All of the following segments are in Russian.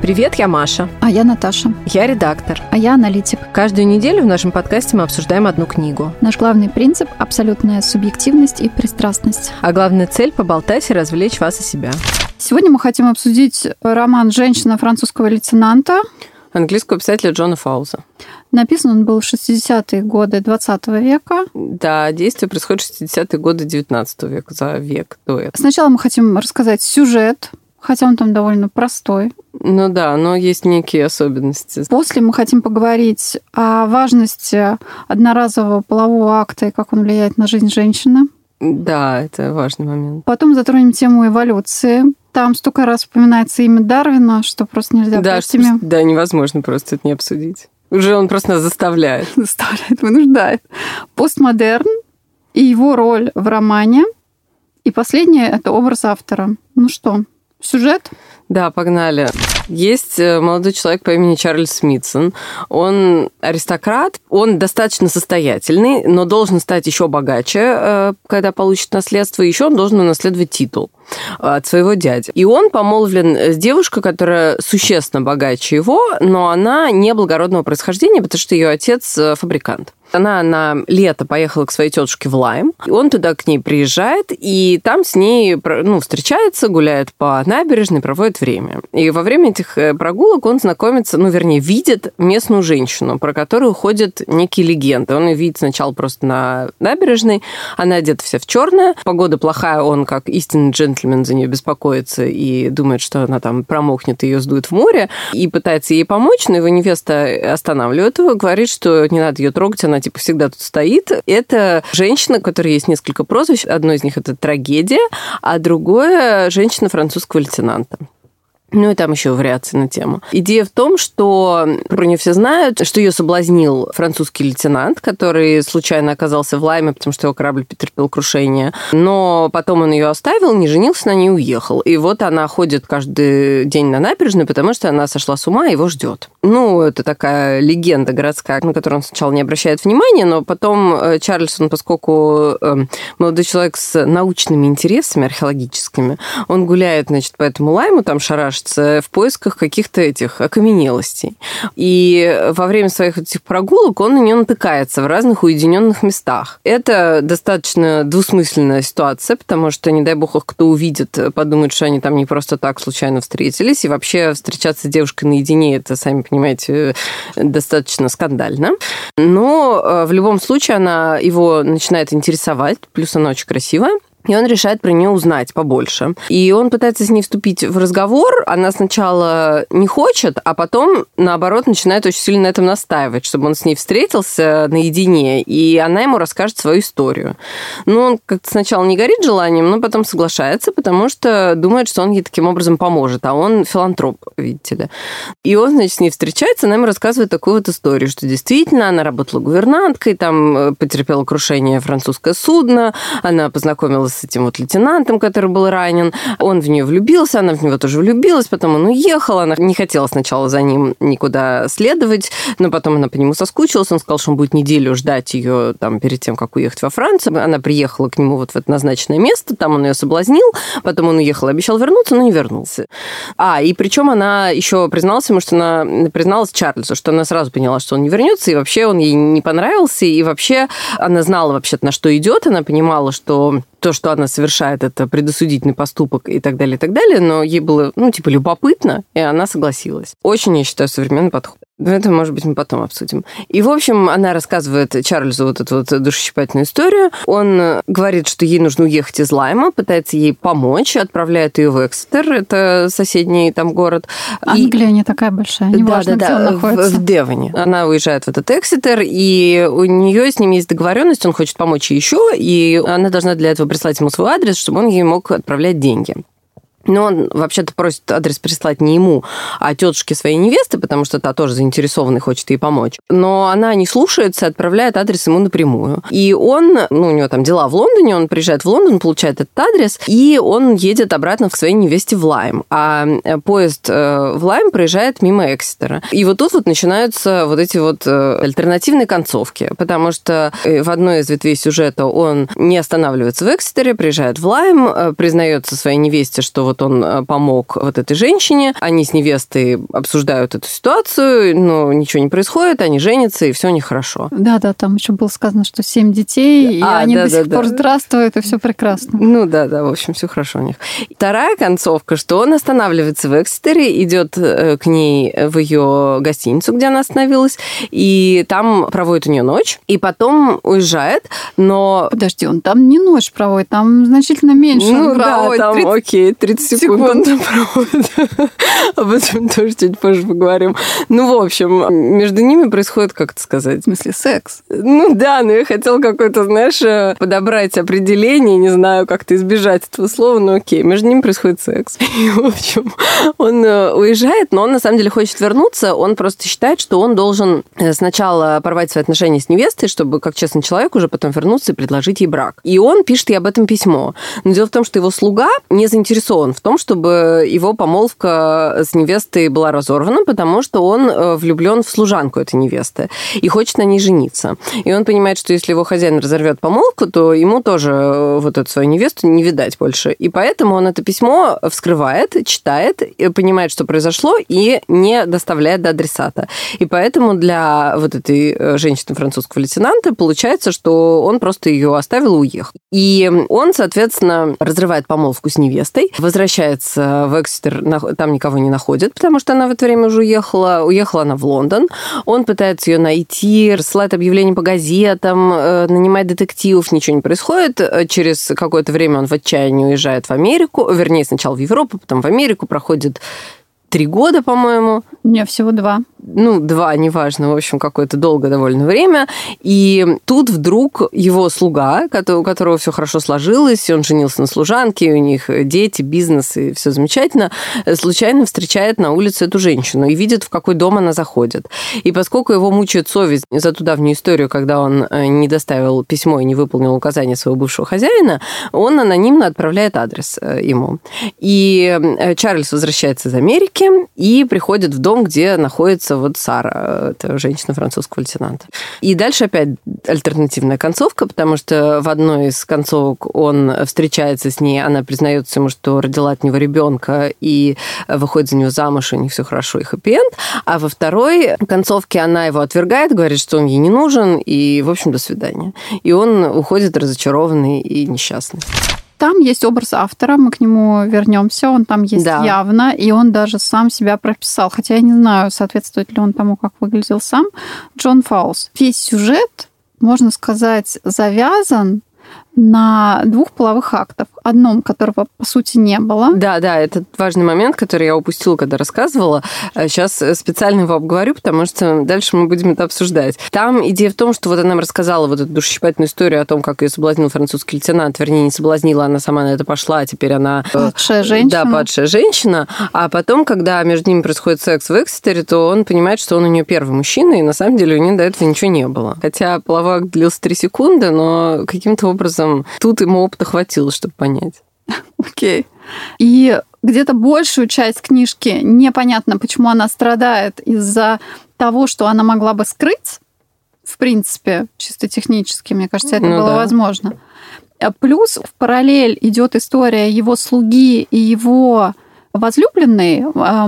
Привет, я Маша. А я Наташа. Я редактор. А я аналитик. Каждую неделю в нашем подкасте мы обсуждаем одну книгу. Наш главный принцип – абсолютная субъективность и пристрастность. А главная цель – поболтать и развлечь вас и себя. Сегодня мы хотим обсудить роман «Женщина французского лейтенанта» английского писателя Джона Фауза. Написан он был в 60-е годы 20 века. Да, действие происходит в 60-е годы 19 века, за век до этого. Сначала мы хотим рассказать сюжет, хотя он там довольно простой. Ну да, но есть некие особенности. После мы хотим поговорить о важности одноразового полового акта и как он влияет на жизнь женщины. Да, это важный момент. Потом затронем тему эволюции. Там столько раз упоминается имя Дарвина, что просто нельзя пройти. Да, невозможно просто это не обсудить. Уже он просто нас заставляет. Заставляет, вынуждает. Постмодерн и его роль в романе. И последнее – это образ автора. Ну что, сюжет? Да, погнали. Есть молодой человек по имени Чарльз Смитсон. Он аристократ, он достаточно состоятельный, но должен стать еще богаче, когда получит наследство. Еще он должен унаследовать титул от своего дяди. И он помолвлен с девушкой, которая существенно богаче его, но она не благородного происхождения, потому что ее отец фабрикант. Она на лето поехала к своей тетушке в Лайм. Он туда к ней приезжает, и там с ней встречается, гуляет по набережной, проводит время. И во время этих прогулок он знакомится, видит местную женщину, про которую ходят некие легенды. Он ее видит сначала просто на набережной, она одета вся в черное, погода плохая, он как истинный джентльмен за нее беспокоится и думает, что она там промокнет и ее сдует в море, и пытается ей помочь, но его невеста останавливает его, говорит, что не надо ее трогать, она всегда тут стоит. Это женщина, у которой есть несколько прозвищ. Одно из них – это трагедия, а другое – женщина французского лейтенанта. Ну и там еще вариации на тему. Идея в том, что про нее все знают, что ее соблазнил французский лейтенант, который случайно оказался в Лайме, потому что его корабль потерпел крушение. Но потом он ее оставил, не женился на ней и уехал. И вот она ходит каждый день на набережную, потому что она сошла с ума и его ждет. Это такая легенда городская, на которую он сначала не обращает внимания, но потом Чарльз, поскольку молодой человек с научными интересами археологическими, он гуляет, по этому Лайму, там шарашит в поисках каких-то этих окаменелостей. И во время своих этих прогулок он на нее натыкается в разных уединенных местах. Это достаточно двусмысленная ситуация, потому что, не дай бог, их кто увидит, подумает, что они там не просто так случайно встретились. И вообще встречаться с девушкой наедине, это, сами понимаете, достаточно скандально. Но в любом случае она его начинает интересовать, плюс она очень красивая. И он решает про нее узнать побольше. И он пытается с ней вступить в разговор. Она сначала не хочет, а потом, наоборот, начинает очень сильно на этом настаивать, чтобы он с ней встретился наедине, и она ему расскажет свою историю. Он как-то сначала не горит желанием, но потом соглашается, потому что думает, что он ей таким образом поможет. А он филантроп, видите ли. И он, с ней встречается, она ему рассказывает такую вот историю, что действительно она работала гувернанткой, там потерпела крушение французское судно, она познакомилась с этим лейтенантом, который был ранен. Он в нее влюбился, она в него тоже влюбилась, потом он уехал, она не хотела сначала за ним никуда следовать, но потом она по нему соскучилась, он сказал, что он будет неделю ждать ее там перед тем, как уехать во Францию. Она приехала к нему в это назначенное место, там он ее соблазнил, потом он уехал, обещал вернуться, но не вернулся. И причем она еще призналась ему, что она призналась Чарльзу, что она сразу поняла, что он не вернется, и вообще он ей не понравился, и вообще она знала вообще-то, на что идет, она понимала, что то, что она совершает, это предосудительный поступок и так далее, но ей было, любопытно, и она согласилась. Очень, я считаю, современный подход. Это, может быть, мы потом обсудим. И, в общем, она рассказывает Чарльзу эту душещипательную историю. Он говорит, что ей нужно уехать из Лайма, пытается ей помочь, отправляет ее в Эксетер, это соседний там город. Англия не такая большая, неважно, где он находится. В Девоне. Она уезжает в этот Эксетер, и у нее с ним есть договоренность, он хочет помочь ей еще, и она должна для этого прислать ему свой адрес, чтобы он ей мог отправлять деньги. Но он вообще-то просит адрес прислать не ему, а тетушке своей невесты, потому что та тоже заинтересована и хочет ей помочь. Но она не слушается, отправляет адрес ему напрямую. И он, у него там дела в Лондоне, он приезжает в Лондон, получает этот адрес, и он едет обратно к своей невесте в Лайм. А поезд в Лайм проезжает мимо Эксетера. И вот тут начинаются эти альтернативные концовки, потому что в одной из ветвей сюжета он не останавливается в Эксетере, приезжает в Лайм, признается своей невесте, что вот он помог вот этой женщине, они с невестой обсуждают эту ситуацию, но ничего не происходит, они женятся, и все у них хорошо. Да, там еще было сказано, что 7 детей, и они до сих пор здравствуют, и все прекрасно. Ну да, в общем, все хорошо у них. Вторая концовка, что он останавливается в Эксетере, идет к ней в ее гостиницу, где она остановилась, и там проводит у нее ночь, и потом уезжает, но... Подожди, он там не ночь проводит, там значительно меньше он проводит. Да, там, 30 секунд он там проводит. Об этом тоже чуть позже поговорим. Ну, в общем, между ними происходит, как это сказать? В смысле, секс? Ну да, но я хотела какое-то, знаешь, подобрать определение, не знаю, как-то избежать этого слова, но окей, между ними происходит секс. И, в общем, он уезжает, но он на самом деле хочет вернуться, он просто считает, что он должен сначала порвать свои отношения с невестой, чтобы как честный человек уже потом вернуться и предложить ей брак. И он пишет ей об этом письмо. Но дело в том, что его слуга не заинтересован в том, чтобы его помолвка с невестой была разорвана, потому что он влюблен в служанку этой невесты и хочет на ней жениться. И он понимает, что если его хозяин разорвет помолвку, то ему тоже вот эту свою невесту не видать больше. И поэтому он это письмо вскрывает, читает, понимает, что произошло, и не доставляет до адресата. И поэтому для вот этой женщины, французского лейтенанта, получается, что он просто ее оставил и уехал. И он, соответственно, разрывает помолвку с невестой, возвращается в Эксетер, там никого не находит, потому что она в это время уже уехала. Уехала она в Лондон. Он пытается ее найти, рассылает объявления по газетам, нанимает детективов, ничего не происходит. Через какое-то время он в отчаянии уезжает в Америку, вернее, сначала в Европу, потом в Америку, проходит 3 года, по-моему. Нет, всего 2. 2, неважно, в общем, какое-то долгое довольно время. И тут вдруг его слуга, у которого все хорошо сложилось, он женился на служанке, у них дети, бизнес, и все замечательно, случайно встречает на улице эту женщину и видит, в какой дом она заходит. И поскольку его мучает совесть за ту давнюю историю, когда он не доставил письмо и не выполнил указания своего бывшего хозяина, он анонимно отправляет адрес ему. И Чарльз возвращается из Америки и приходит в дом, где находится вот Сара, это женщина французского лейтенанта. И дальше опять альтернативная концовка, потому что в одной из концовок он встречается с ней, она признается ему, что родила от него ребенка и выходит за него замуж, и у них все хорошо, и хэппи-энд. А во второй концовке она его отвергает, говорит, что он ей не нужен, и, в общем, до свидания. И он уходит разочарованный и несчастный. Там есть образ автора, мы к нему вернемся, он там есть явно, и он даже сам себя прописал. Хотя я не знаю, соответствует ли он тому, как выглядел сам Джон Фаулс. Весь сюжет, можно сказать, завязан на 2 половых актах. Одном, которого, по сути, не было. Да, это важный момент, который я упустила, когда рассказывала. Сейчас специально его обговорю, потому что дальше мы будем это обсуждать. Там идея в том, что вот она нам рассказала вот эту душещипательную историю о том, как ее соблазнил французский лейтенант. Вернее, не соблазнила, она сама на это пошла, а теперь она... Падшая женщина. Да, падшая женщина. А потом, когда между ними происходит секс в Эксетере, то он понимает, что он у нее первый мужчина, и на самом деле у нее до этого ничего не было. Хотя половой акт длился 3 секунды, но каким-то образом тут ему опыта хватило, чтобы понять. Окей. И где-то большую часть книжки непонятно, почему она страдает из-за того, что она могла бы скрыть, в принципе, чисто технически, мне кажется, это было возможно. Плюс в параллель идет история его слуги и его возлюбленной,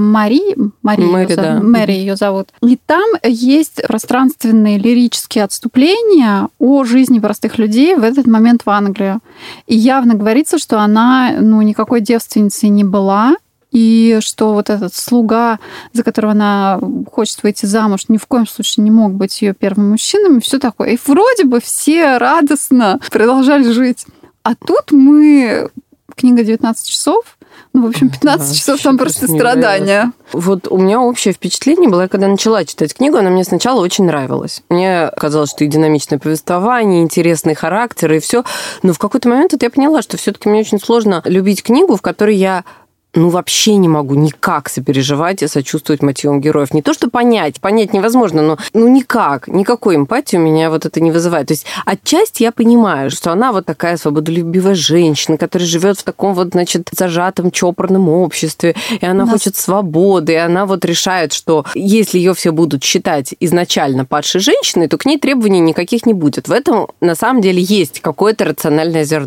Мэри ее зовут. И там есть пространственные лирические отступления о жизни простых людей в этот момент в Англии. И явно говорится, что она никакой девственницей не была, и что вот этот слуга, за которого она хочет выйти замуж, ни в коем случае не мог быть ее первым мужчиной, и все такое. И вроде бы все радостно продолжали жить. А тут книга 19 часов, в общем, 15 часов там просто страдания. Вот у меня общее впечатление было, когда начала читать книгу, она мне сначала очень нравилась. Мне казалось, что и динамичное повествование, интересный характер, и все. Но в какой-то момент я поняла, что все-таки мне очень сложно любить книгу, в которой я вообще не могу никак сопереживать и сочувствовать мотивам героев. Не то, что понять невозможно, но никак, никакой эмпатии у меня вот это не вызывает. То есть отчасти я понимаю, что она вот такая свободолюбивая женщина, которая живет в таком зажатом, чопорном обществе, и она хочет свободы, и она решает, что если ее все будут считать изначально падшей женщиной, то к ней требований никаких не будет. В этом на самом деле есть какое-то рациональное зерно.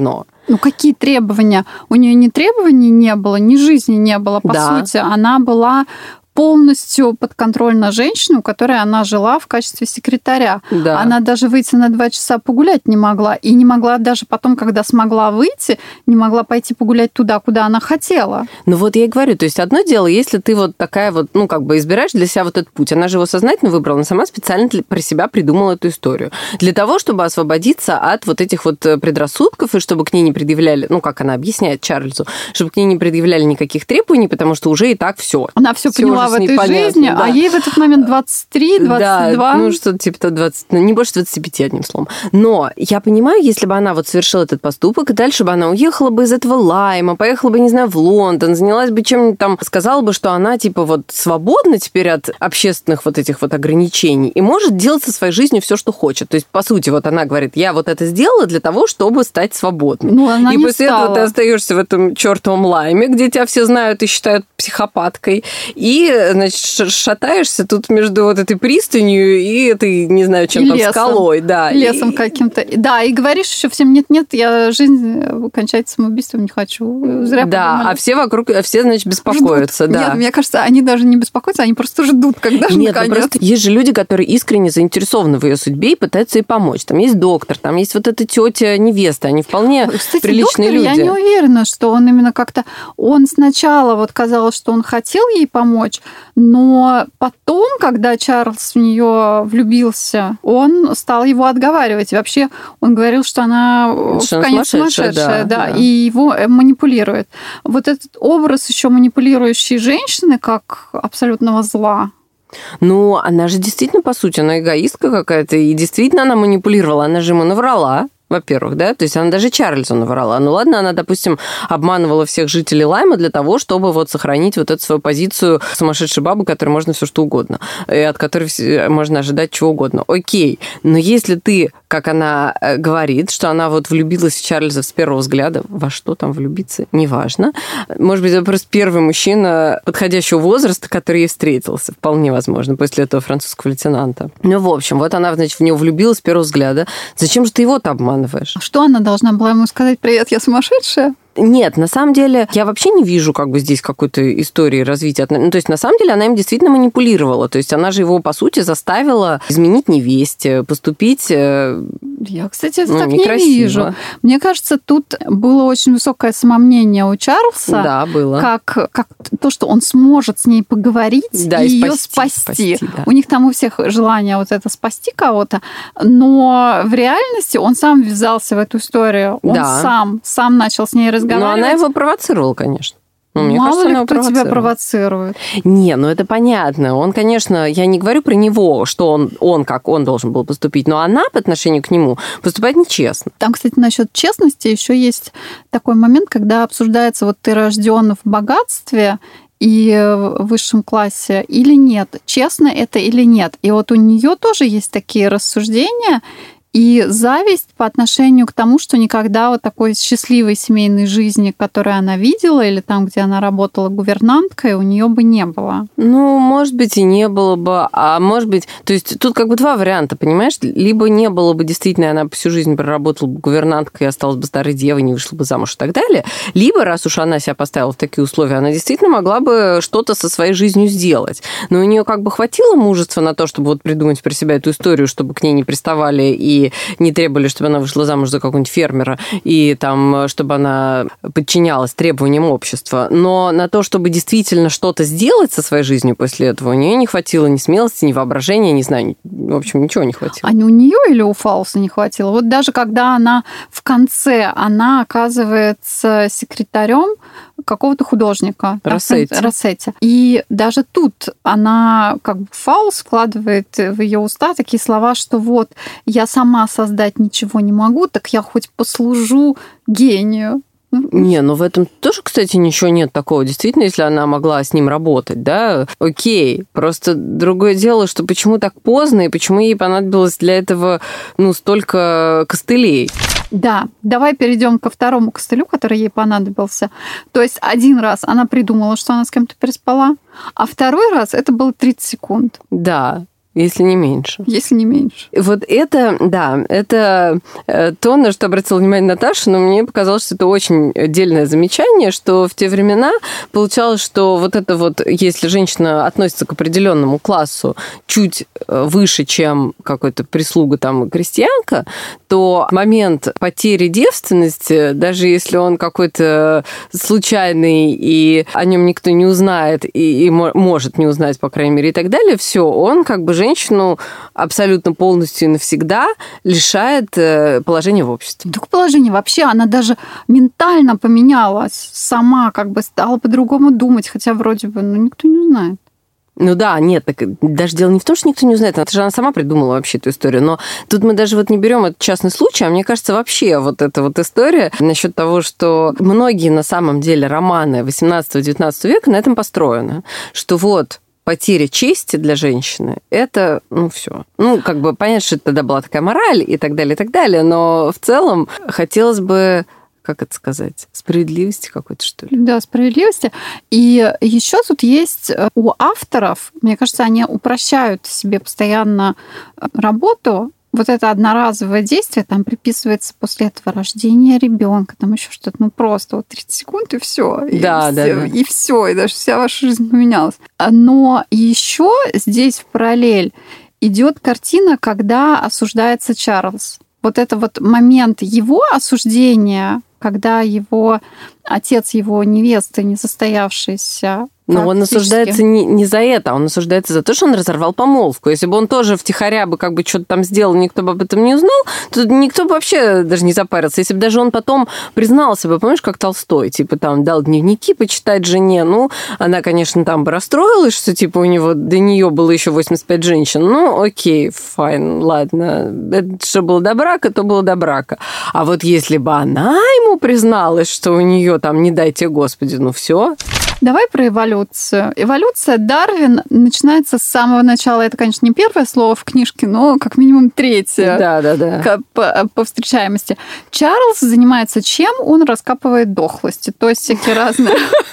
Ну, какие требования? У нее ни требований не было, ни жизни не было, по сути. Она была полностью подконтрольна женщине, у которой она жила в качестве секретаря. Да. Она даже выйти на 2 часа погулять не могла. И не могла даже потом, когда смогла выйти, не могла пойти погулять туда, куда она хотела. Ну вот я и говорю, то есть одно дело, если ты вот такая вот, ну как бы избираешь для себя вот этот путь. Она же его сознательно выбрала, она сама специально про себя придумала эту историю. Для того, чтобы освободиться от вот этих вот предрассудков, и чтобы к ней не предъявляли, ну как она объясняет Чарльзу, чтобы к ней не предъявляли никаких требований, потому что уже и так все. Она все поняла в этой жизни, да. А ей в этот момент 23, 22. Да, ну что-то типа 20, ну, не больше 25, одним словом. Но я понимаю, если бы она вот совершила этот поступок, и дальше бы она уехала бы из этого Лайма, поехала бы, не знаю, в Лондон, занялась бы чем-нибудь там, сказала бы, что она типа вот свободна теперь от общественных вот этих вот ограничений и может делать со своей жизнью все, что хочет. То есть, по сути, вот она говорит, я вот это сделала для того, чтобы стать свободной. Ну, она и не после стала. этого ты остаешься в этом чертовом Лайме, где тебя все знают и считают психопаткой, и, значит, шатаешься тут между вот этой пристанью и этой, не знаю, чем там, скалой. Да. Лесом каким-то. Да, и говоришь еще всем, нет-нет, я жизнь кончать самоубийством не хочу. Зря подумали. А все вокруг, все, значит, беспокоятся. Ждут. Да. Нет, мне кажется, они даже не беспокоятся, они просто ждут, когда же Нет, наконец. Ну просто есть же люди, которые искренне заинтересованы в ее судьбе и пытаются ей помочь. Там есть доктор, там есть вот эта тетя невеста, они вполне приличные люди. Я не уверена, что он именно как-то... Он сначала вот казалось, что он хотел ей помочь, но потом, когда Чарльз в нее влюбился, он стал его отговаривать. И вообще он говорил, что она сумасшедшая, да, и его манипулирует. Вот этот образ еще манипулирующей женщины как абсолютного зла. Ну, она же действительно, по сути, она эгоистка какая-то, и действительно она манипулировала, она же ему наврала. Во-первых, да, то есть она даже Чарльзу наврала. Ну ладно, она, допустим, обманывала всех жителей Лайма для того, чтобы вот сохранить вот эту свою позицию сумасшедшей бабы, которой можно все что угодно, и от которой можно ожидать чего угодно. Окей, но если ты, как она говорит, что она вот влюбилась в Чарльза с первого взгляда, во что там влюбиться, неважно. Может быть, это просто первый мужчина подходящего возраста, который ей встретился, вполне возможно, после этого французского лейтенанта. Ну, в общем, вот она, значит, в него влюбилась с первого взгляда. Зачем же ты его-то обманываешь? Что она должна была ему сказать? Привет, я сумасшедшая? Нет, на самом деле, я вообще не вижу как бы здесь какой-то истории развития. Ну, то есть, на самом деле, она им действительно манипулировала. То есть, она же его, по сути, заставила изменить невесте, поступить Я, кстати, это так не вижу. Мне кажется, тут было очень высокое самомнение у Чарльза. Да, было. Как то, что он сможет с ней поговорить, да, и ее спасти. Да. У них там у всех желание вот это спасти кого-то. Но в реальности он сам ввязался в эту историю. Он сам начал с ней разговаривать. Но она его провоцировала, конечно. Ну, мне Мало кажется, ли кто тебя провоцирует. Не, ну это понятно. Он, конечно, я не говорю про него, что он как он должен был поступить, но она по отношению к нему поступает нечестно. Там, кстати, насчет честности еще есть такой момент, когда обсуждается, вот ты рожден в богатстве и в высшем классе или нет, честно это или нет. И вот у нее тоже есть такие рассуждения, и зависть по отношению к тому, что никогда вот такой счастливой семейной жизни, которую она видела, или там, где она работала гувернанткой, у нее бы не было. Ну, может быть, и не было бы, а может быть... То есть тут как бы два варианта, понимаешь? Либо не было бы действительно, она всю жизнь проработала бы гувернанткой и осталась бы старой девой, не вышла бы замуж и так далее. Либо, раз уж она себя поставила в такие условия, она действительно могла бы что-то со своей жизнью сделать. Но у нее как бы хватило мужества на то, чтобы вот придумать про себя эту историю, чтобы к ней не приставали и не требовали, чтобы она вышла замуж за какого-нибудь фермера, и там, чтобы она подчинялась требованиям общества. Но на то, чтобы действительно что-то сделать со своей жизнью после этого, у нее не хватило ни смелости, ни воображения, не знаю, в общем, ничего не хватило. А не у нее или у Фауста не хватило? Вот даже когда она в конце, она оказывается секретарем какого-то художника. Рассетти. И даже тут она, как бы, Фауст вкладывает в ее уста такие слова, что вот, я сама создать ничего не могу, так я хоть послужу гению. Не, ну в этом тоже, кстати, ничего нет такого. Действительно, если она могла с ним работать, да, окей. Просто другое дело, что почему так поздно, и почему ей понадобилось для этого, ну, столько костылей. Да, давай перейдем ко второму костылю, который ей понадобился. То есть один раз она придумала, что она с кем-то переспала, а второй раз это было 30 секунд. Да. Если не меньше. Если не меньше. Вот это, да, это то, на что обратила внимание Наташа, но мне показалось, что это очень дельное замечание, что в те времена получалось, что вот это вот, если женщина относится к определенному классу чуть выше, чем какая-то прислуга, там, крестьянка, то момент потери девственности, даже если он какой-то случайный, и о нем никто не узнает, и может не узнать, по крайней мере, и так далее, все, он как бы женщину абсолютно полностью и навсегда лишает положения в обществе. Не только положение, вообще она даже ментально поменялась, сама как бы стала по-другому думать, хотя вроде бы, никто не узнает. Ну да, нет, так даже дело не в том, что никто не узнает, это же она сама придумала вообще эту историю, но тут мы даже вот не берем этот частный случай, а мне кажется, вообще вот эта вот история насчет того, что многие на самом деле романы 18-19 века на этом построены, что вот потеря чести для женщины – это, все. Как бы понятно, что тогда была такая мораль и так далее, но в целом хотелось бы, как это сказать, справедливости какой-то, что ли? Да, справедливости. И еще тут есть у авторов, мне кажется, они упрощают себе постоянно работу. Вот это одноразовое действие, там приписывается после этого рождения ребенка, там еще что-то, просто вот 30 секунд и все. Да. И все, и даже вся ваша жизнь поменялась. Но еще здесь в параллель идет картина, когда осуждается Чарльз. Вот это вот момент его осуждения, когда его отец его невесты, несостоявшийся, но он осуждается не за это, он осуждается за то, что он разорвал помолвку. Если бы он тоже втихаря бы как бы что-то там сделал, никто бы об этом не узнал, то никто бы вообще даже не запарился. Если бы даже он потом признался бы, помнишь, как Толстой, там дал дневники почитать жене, она, конечно, там бы расстроилась, что, у него до нее было еще 85 женщин. Окей, файн, ладно. Это что было до брака, то было до брака. А вот если бы она ему призналась, что у нее там, не дай тебе Господи, все. Давай про эволюцию. Эволюция Дарвин начинается с самого начала. Это, конечно, не первое слово в книжке, но как минимум третье. Да. По встречаемости. Чарльз занимается чем? Он раскапывает дохлости, то есть всякие разные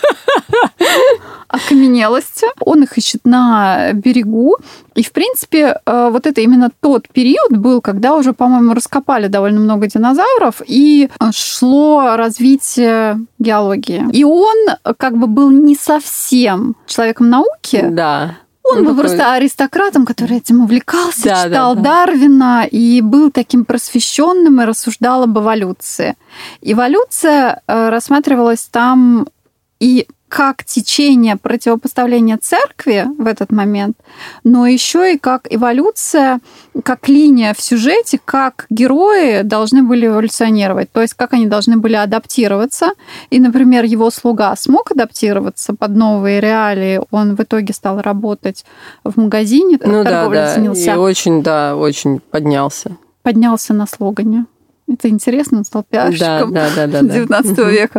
окаменелости. Он их ищет на берегу. И, в принципе, вот это именно тот период был, когда уже, по-моему, раскопали довольно много динозавров, и шло развитие геологии. И он как бы был не совсем человеком науки. Да. Он был просто аристократом, который этим увлекался, читал Дарвина и был таким просвещенным и рассуждал об эволюции. Эволюция рассматривалась там и как течение противопоставления церкви в этот момент, но еще и как эволюция, как линия в сюжете, как герои должны были эволюционировать, то есть как они должны были адаптироваться. И, например, его слуга смог адаптироваться под новые реалии, он в итоге стал работать в магазине, торговлей занялся. И очень поднялся. Поднялся на слогане. Это интересно, он стал пиарщиком 19 века.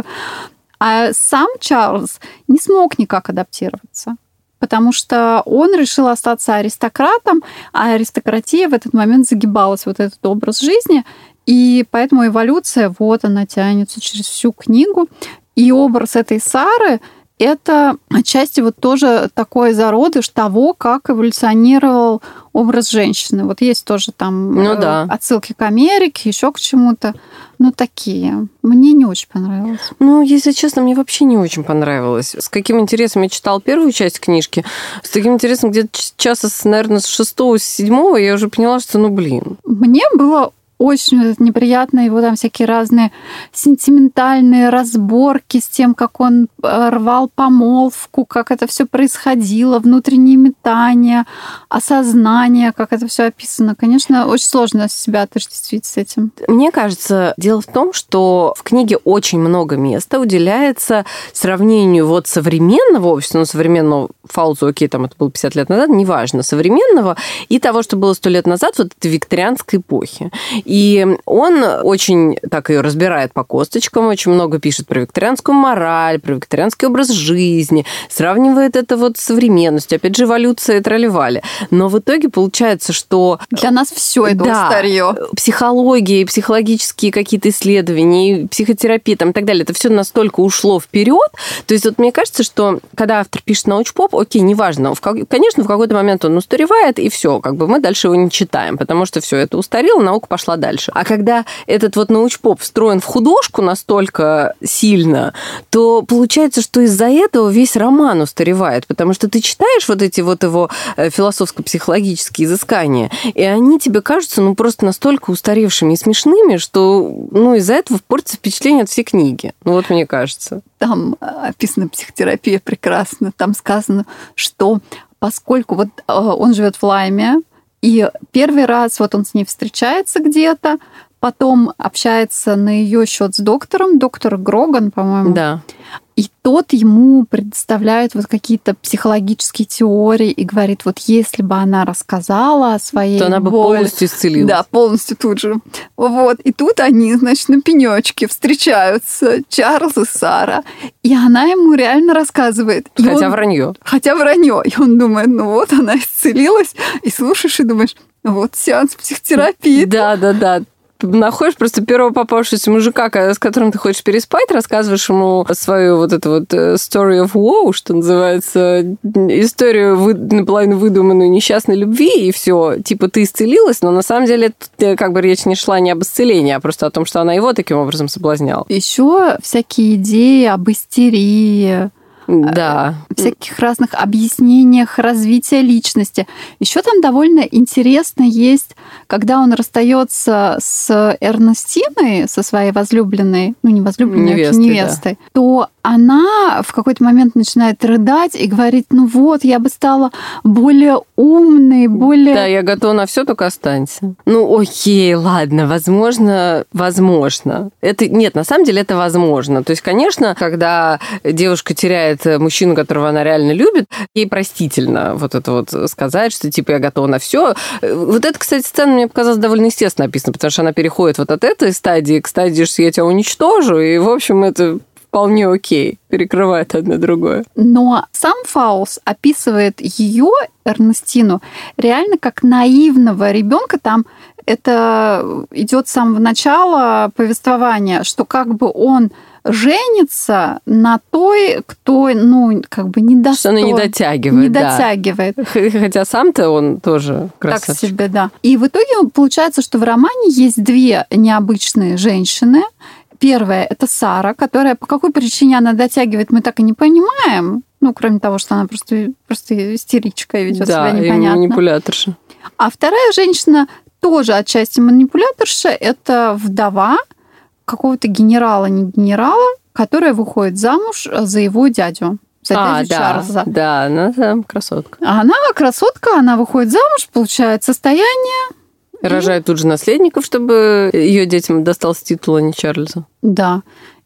А сам Чарльз не смог никак адаптироваться, потому что он решил остаться аристократом, а аристократия в этот момент загибалась, вот этот образ жизни, и поэтому эволюция, вот она тянется через всю книгу, и образ этой Сары – это отчасти вот тоже такой зародыш того, как эволюционировал образ женщины. Вот есть тоже там отсылки к Америке, еще к чему-то. Такие. Мне не очень понравилось. Если честно, мне вообще не очень понравилось. С каким интересом я читала первую часть книжки, с таким интересом где-то часа, наверное, с 6-го, с 7-го я уже поняла, что, Мне было очень неприятно его там всякие разные сентиментальные разборки с тем, как он рвал помолвку, как это все происходило, внутренние метания, осознание, как это все описано. Конечно, очень сложно себя отождествить с этим. Мне кажется, дело в том, что в книге очень много места уделяется сравнению современного общества, современного Фаузу, окей, там это было 50 лет назад, неважно, современного и того, что было 100 лет назад, вот этой викторианской эпохи. И он очень так ее разбирает по косточкам, очень много пишет про викторианскую мораль, про викторианский образ жизни, сравнивает это вот с современностью, опять же, эволюция и тролливали. Но в итоге получается, что... Для нас все это старье. Психология, психологические какие-то исследования, психотерапия там, и так далее, это все настолько ушло вперед. То есть вот мне кажется, что когда автор пишет научпоп, окей, неважно, конечно, в какой-то момент он устаревает, и все, как бы мы дальше его не читаем, потому что все это устарело, наука пошла дальше. А когда этот вот научпоп встроен в художку настолько сильно, то получается, что из-за этого весь роман устаревает, потому что ты читаешь вот эти вот его философско-психологические изыскания, и они тебе кажутся, ну, просто настолько устаревшими и смешными, что, ну, из-за этого портится впечатление от всей книги. Ну, вот мне кажется. Там описана психотерапия прекрасно. Там сказано, что поскольку вот он живет в Лайме, и первый раз вот он с ней встречается где-то, потом общается на ее счет с доктором, доктор Гроган, по-моему. Да. И тот ему предоставляет вот какие-то психологические теории и говорит, вот если бы она рассказала о своей то она бы полностью исцелилась. Да, полностью тут же. Вот. И тут они, значит, на пенечке встречаются, Чарльз и Сара. И она ему реально рассказывает. И хотя вранье. Хотя вранье. И он думает, ну вот, она исцелилась. И слушаешь, и думаешь, вот сеанс психотерапии. Да. Находишь просто первого попавшегося мужика, с которым ты хочешь переспать, рассказываешь ему свою вот эту вот story of woe, что называется, историю наполовину выдуманную несчастной любви, и все, типа ты исцелилась, но на самом деле как бы речь не шла не об исцелении, а просто о том, что она его таким образом соблазняла. Еще всякие идеи об истерии, да. всяких разных объяснениях развития личности. Еще там довольно интересно есть, когда он расстается с Эрнестиной, со своей возлюбленной, ну не возлюбленной, невестой, да. То она в какой-то момент начинает рыдать и говорит, ну вот, я бы стала более умной, более... Да, я готова на все, только останься. Ну, окей, ладно, возможно. Это, нет, на самом деле это возможно. То есть, конечно, когда девушка теряет мужчину, которого она реально любит, ей простительно вот это вот сказать, что типа я готова на все. Вот это, кстати, сцена мне показалась довольно естественно написана, потому что она переходит вот от этой стадии к стадии, что я тебя уничтожу, и, в общем, это вполне окей, перекрывает одно другое. Но сам Фаулс описывает ее, Эрнестину, реально как наивного ребенка. Там это идет с самого начала повествования, что как бы он женится на той, кто, ну, как бы недостоин. Что она не дотягивает. Не дотягивает. Хотя сам-то он тоже красавчик. Так себе, да. И в итоге получается, что в романе есть две необычные женщины. Первая – это Сара, которая по какой причине она дотягивает, мы так и не понимаем. Ну, кроме того, что она просто истеричка и ведет себя непонятно. Да, и манипуляторша. А вторая женщина тоже отчасти манипуляторша – это вдова какого-то генерала, не генерала, которая выходит замуж за его дядю. За дядю Чарльза. Да, она там красотка. Она красотка, она выходит замуж, получает состояние. Рожает тут же наследников, чтобы ее детям достался титул, а не Чарльзу. Да.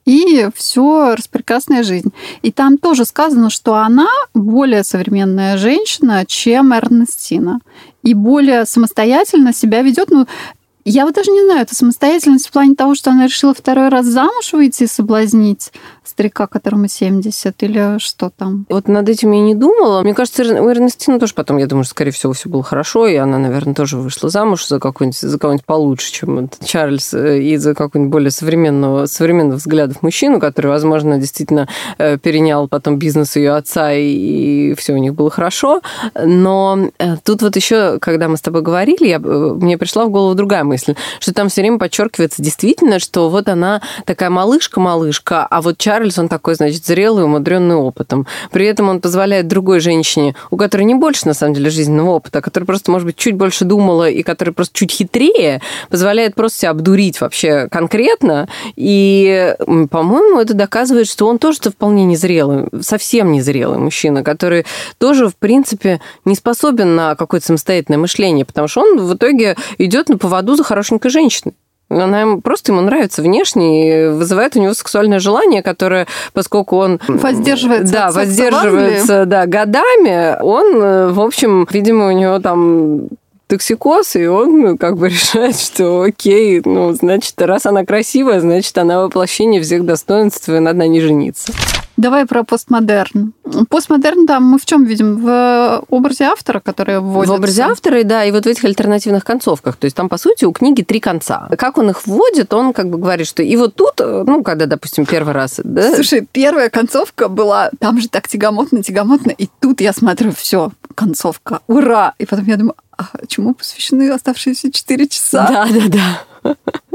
И все, распрекрасная жизнь. И там тоже сказано, что она более современная женщина, чем Эрнестина. И более самостоятельно себя ведет. Ну, я вот даже не знаю, это самостоятельность в плане того, что она решила второй раз замуж выйти и соблазнить старика, которому 70, или что там? Вот над этим я не думала. Мне кажется, у Эрнестины тоже потом, я думаю, что, скорее всего, все было хорошо, и она, наверное, тоже вышла замуж за кого-нибудь получше, чем Чарльз, и за какого-нибудь более современных взглядов мужчину, который, возможно, действительно перенял потом бизнес ее отца, и все у них было хорошо. Но тут вот еще, когда мы с тобой говорили, мне пришла в голову другая мысль, что там все время подчеркивается действительно, что вот она такая малышка, а вот Чарльз, он такой, значит, зрелый, умудренный опытом. При этом он позволяет другой женщине, у которой не больше, на самом деле, жизненного опыта, а которая просто, может быть, чуть больше думала и которая просто чуть хитрее, позволяет просто себя обдурить вообще конкретно. И, по-моему, это доказывает, что он тоже вполне незрелый, совсем незрелый мужчина, который тоже, в принципе, не способен на какое-то самостоятельное мышление, потому что он в итоге идет на поводу за хорошенькой женщиной. Она просто ему нравится внешне и вызывает у него сексуальное желание, которое, поскольку он воздерживается годами, он, в общем, видимо, у него там токсикоз, и он как бы решает, что окей, ну, значит, раз она красивая, значит, она воплощение всех достоинств, и надо на ней жениться. Давай про постмодерн. Постмодерн, да, мы в чем видим? В образе автора, который вводится? В образе автора, да, и вот в этих альтернативных концовках. То есть там, по сути, у книги 3 конца. Как он их вводит, он как бы говорит, что и вот тут, ну, когда, допустим, первый раз... Да? Слушай, первая концовка была, там же так тягомотно, и тут я смотрю, все, концовка, ура! И потом я думаю, а чему посвящены оставшиеся 4 часа? Да.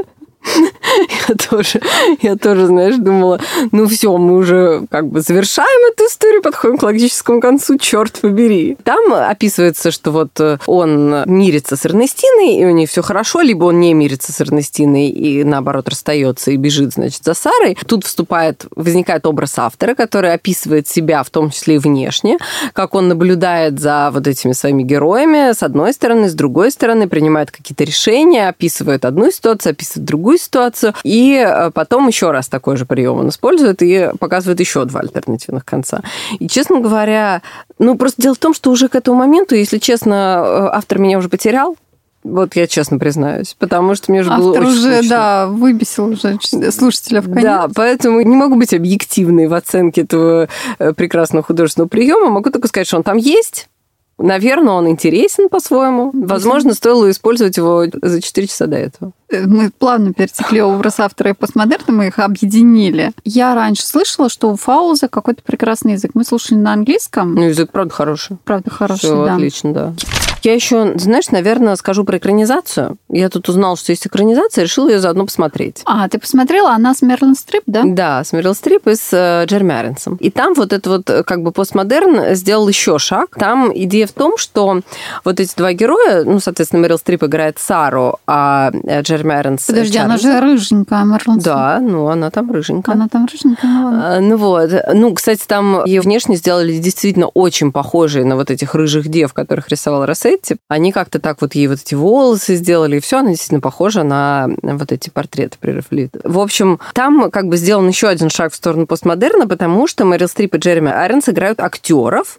Я тоже, знаешь, думала, ну все, мы уже как бы завершаем эту историю, подходим к логическому концу, черт побери. Там описывается, что вот он мирится с Эрнестиной, и у них все хорошо, либо он не мирится с Эрнестиной и, наоборот, расстается и бежит, значит, за Сарой. Тут возникает образ автора, который описывает себя, в том числе и внешне, как он наблюдает за вот этими своими героями, с одной стороны, с другой стороны, принимает какие-то решения, описывает одну ситуацию, описывает другую ситуацию, и потом еще раз такой же прием он использует и показывает еще 2 альтернативных конца. И, честно говоря, ну, просто дело в том, что уже к этому моменту, если честно, автор меня уже потерял. Вот я честно признаюсь, потому что мне уже было очень уже, скучно. Да, выбесил уже слушателя в конец. Да, поэтому не могу быть объективной в оценке этого прекрасного художественного приема. Могу только сказать, что он там есть. Наверное, он интересен по-своему. Возможно, стоило использовать его за 4 часа до этого. Мы плавно перетекли образ автора и постмодерна, мы их объединили. Я раньше слышала, что у Фауза какой-то прекрасный язык. Мы слушали на английском. Ну, язык, правда, хороший. Правда, хороший, всё да. Отлично, да. Я еще, знаешь, наверное, скажу про экранизацию. Я тут узнала, что есть экранизация, решила ее заодно посмотреть. А, ты посмотрела? Она с Мерлин Стрип, да? Да, с Мэрил Стрип и с Джереми Айронсом. И там вот этот вот как бы постмодерн сделал еще шаг. Там идея в том, что вот эти 2 героя, ну, соответственно, Мэрил Стрип играет Сару, а Джереми Айронс... Подожди, она же рыженькая, Мерлин Стрип. Да, ну, она там рыженькая. Она там рыженькая, ну ладно. Ну вот. Ну, кстати, там ее внешне сделали действительно очень похожие на вот этих рыжих дев, которых рисовал Рассетти. Они как-то так вот ей вот эти волосы сделали, и все, она действительно похожа на вот эти портреты прерафаэлита. В общем, там как бы сделан еще один шаг в сторону постмодерна, потому что Мэрил Стрип и Джереми Айронс играют актеров,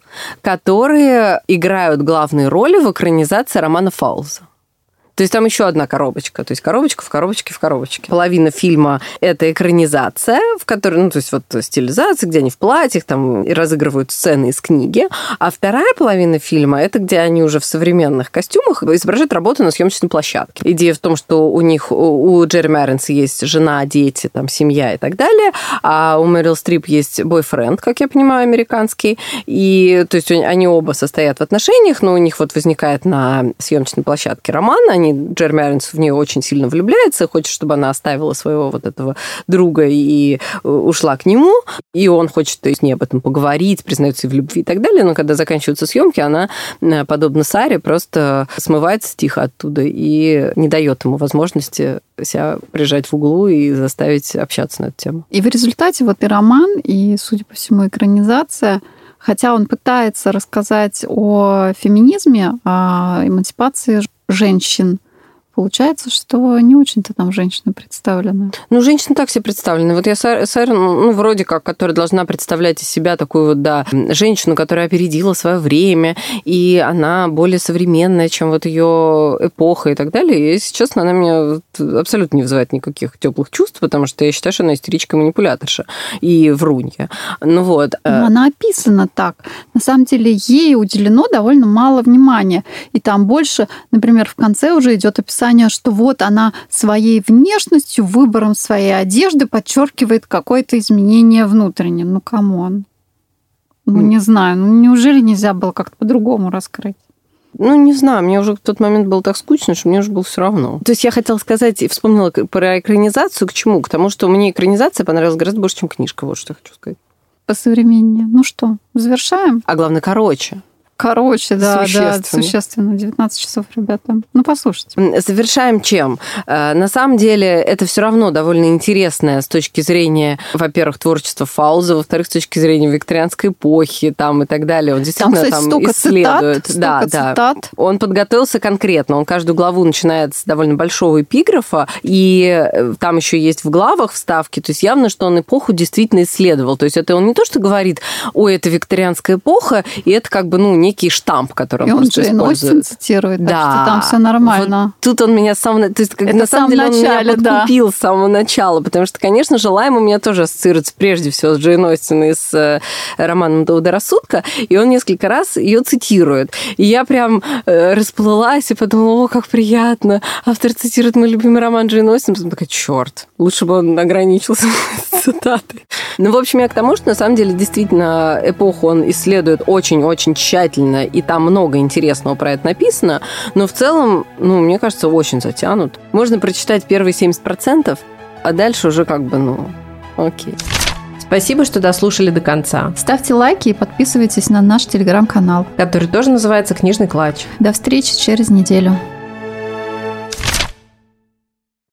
которые играют главные роли в экранизации романа Фауза. То есть там еще одна коробочка. То есть коробочка в коробочке в коробочке. Половина фильма – это экранизация, в которой, ну, то есть вот стилизация, где они в платьях, там и разыгрывают сцены из книги. А вторая половина фильма – это где они уже в современных костюмах изображают работу на съемочной площадке. Идея в том, что у них, у Джереми Айронса есть жена, дети, там, семья и так далее, а у Мэрил Стрип есть бойфренд, как я понимаю, американский. И, то есть они оба состоят в отношениях, но у них вот возникает на съемочной площадке роман, Джереми Айронс в нее очень сильно влюбляется, хочет, чтобы она оставила своего вот этого друга и ушла к нему, и он хочет с ней об этом поговорить, признается в любви и так далее, но когда заканчиваются съемки, она, подобно Саре, просто смывается тихо оттуда и не дает ему возможности себя прижать в углу и заставить общаться на эту тему. И в результате вот и роман, и, судя по всему, экранизация, хотя он пытается рассказать о феминизме, о эмансипации женщин, получается, что не очень-то там женщины представлены. Ну, женщины так себе представлены. Вот я Сару, ну, вроде как, которая должна представлять из себя такую вот, да, женщину, которая опередила свое время, и она более современная, чем вот ее эпоха и так далее. И, если честно, она меня абсолютно не вызывает никаких теплых чувств, потому что я считаю, что она истеричка и манипуляторша и врунья. Ну вот. Но она описана так. На самом деле ей уделено довольно мало внимания. И там больше, например, в конце уже идет описание, что вот она своей внешностью, выбором своей одежды подчеркивает какое-то изменение внутреннее. Ну, камон. Ну, не знаю. Ну, неужели нельзя было как-то по-другому раскрыть? Ну, не знаю, мне уже в тот момент было так скучно, что мне уже было все равно. То есть я хотела сказать, и вспомнила про экранизацию, к чему? К тому, что мне экранизация понравилась гораздо больше, чем книжка, вот что я хочу сказать. Посовременнее. Ну что, завершаем? А главное, короче. Короче, да, существенно. 19 часов, ребята. Ну, послушайте. Завершаем чем? На самом деле, это все равно довольно интересное с точки зрения, во-первых, творчества Фауза, во-вторых, с точки зрения викторианской эпохи там, и так далее. Он действительно там, кстати, столько исследует. Цитат. Он подготовился конкретно. Он каждую главу начинает с довольно большого эпиграфа, и там еще есть в главах вставки. То есть явно, что он эпоху действительно исследовал. То есть это он не то, что говорит, ой, это викторианская эпоха, и это как бы, ну, некий штамп, который он просто Джейн использует. Остин цитирует, так что там все нормально. Вот тут он меня то есть, на самом деле, он меня подкупил с самого начала, потому что, конечно же, Лайм у меня тоже ассоциируется прежде всего с Джейн Остин и с романом «Доводы рассудка», и он несколько раз ее цитирует. И я прям расплылась и подумала, о, как приятно. Автор цитирует мой любимый роман Джейн Остин. Потом такая, черт, лучше бы он ограничился цитатой. Ну, в общем, я к тому, что на самом деле действительно эпоху он исследует очень-очень тщательно, и там много интересного про это написано, но в целом, мне кажется, очень затянут. Можно прочитать первые 70%, а дальше уже окей. Спасибо, что дослушали до конца. Ставьте лайки и подписывайтесь на наш телеграм-канал, который тоже называется «Книжный клатч». До встречи через неделю.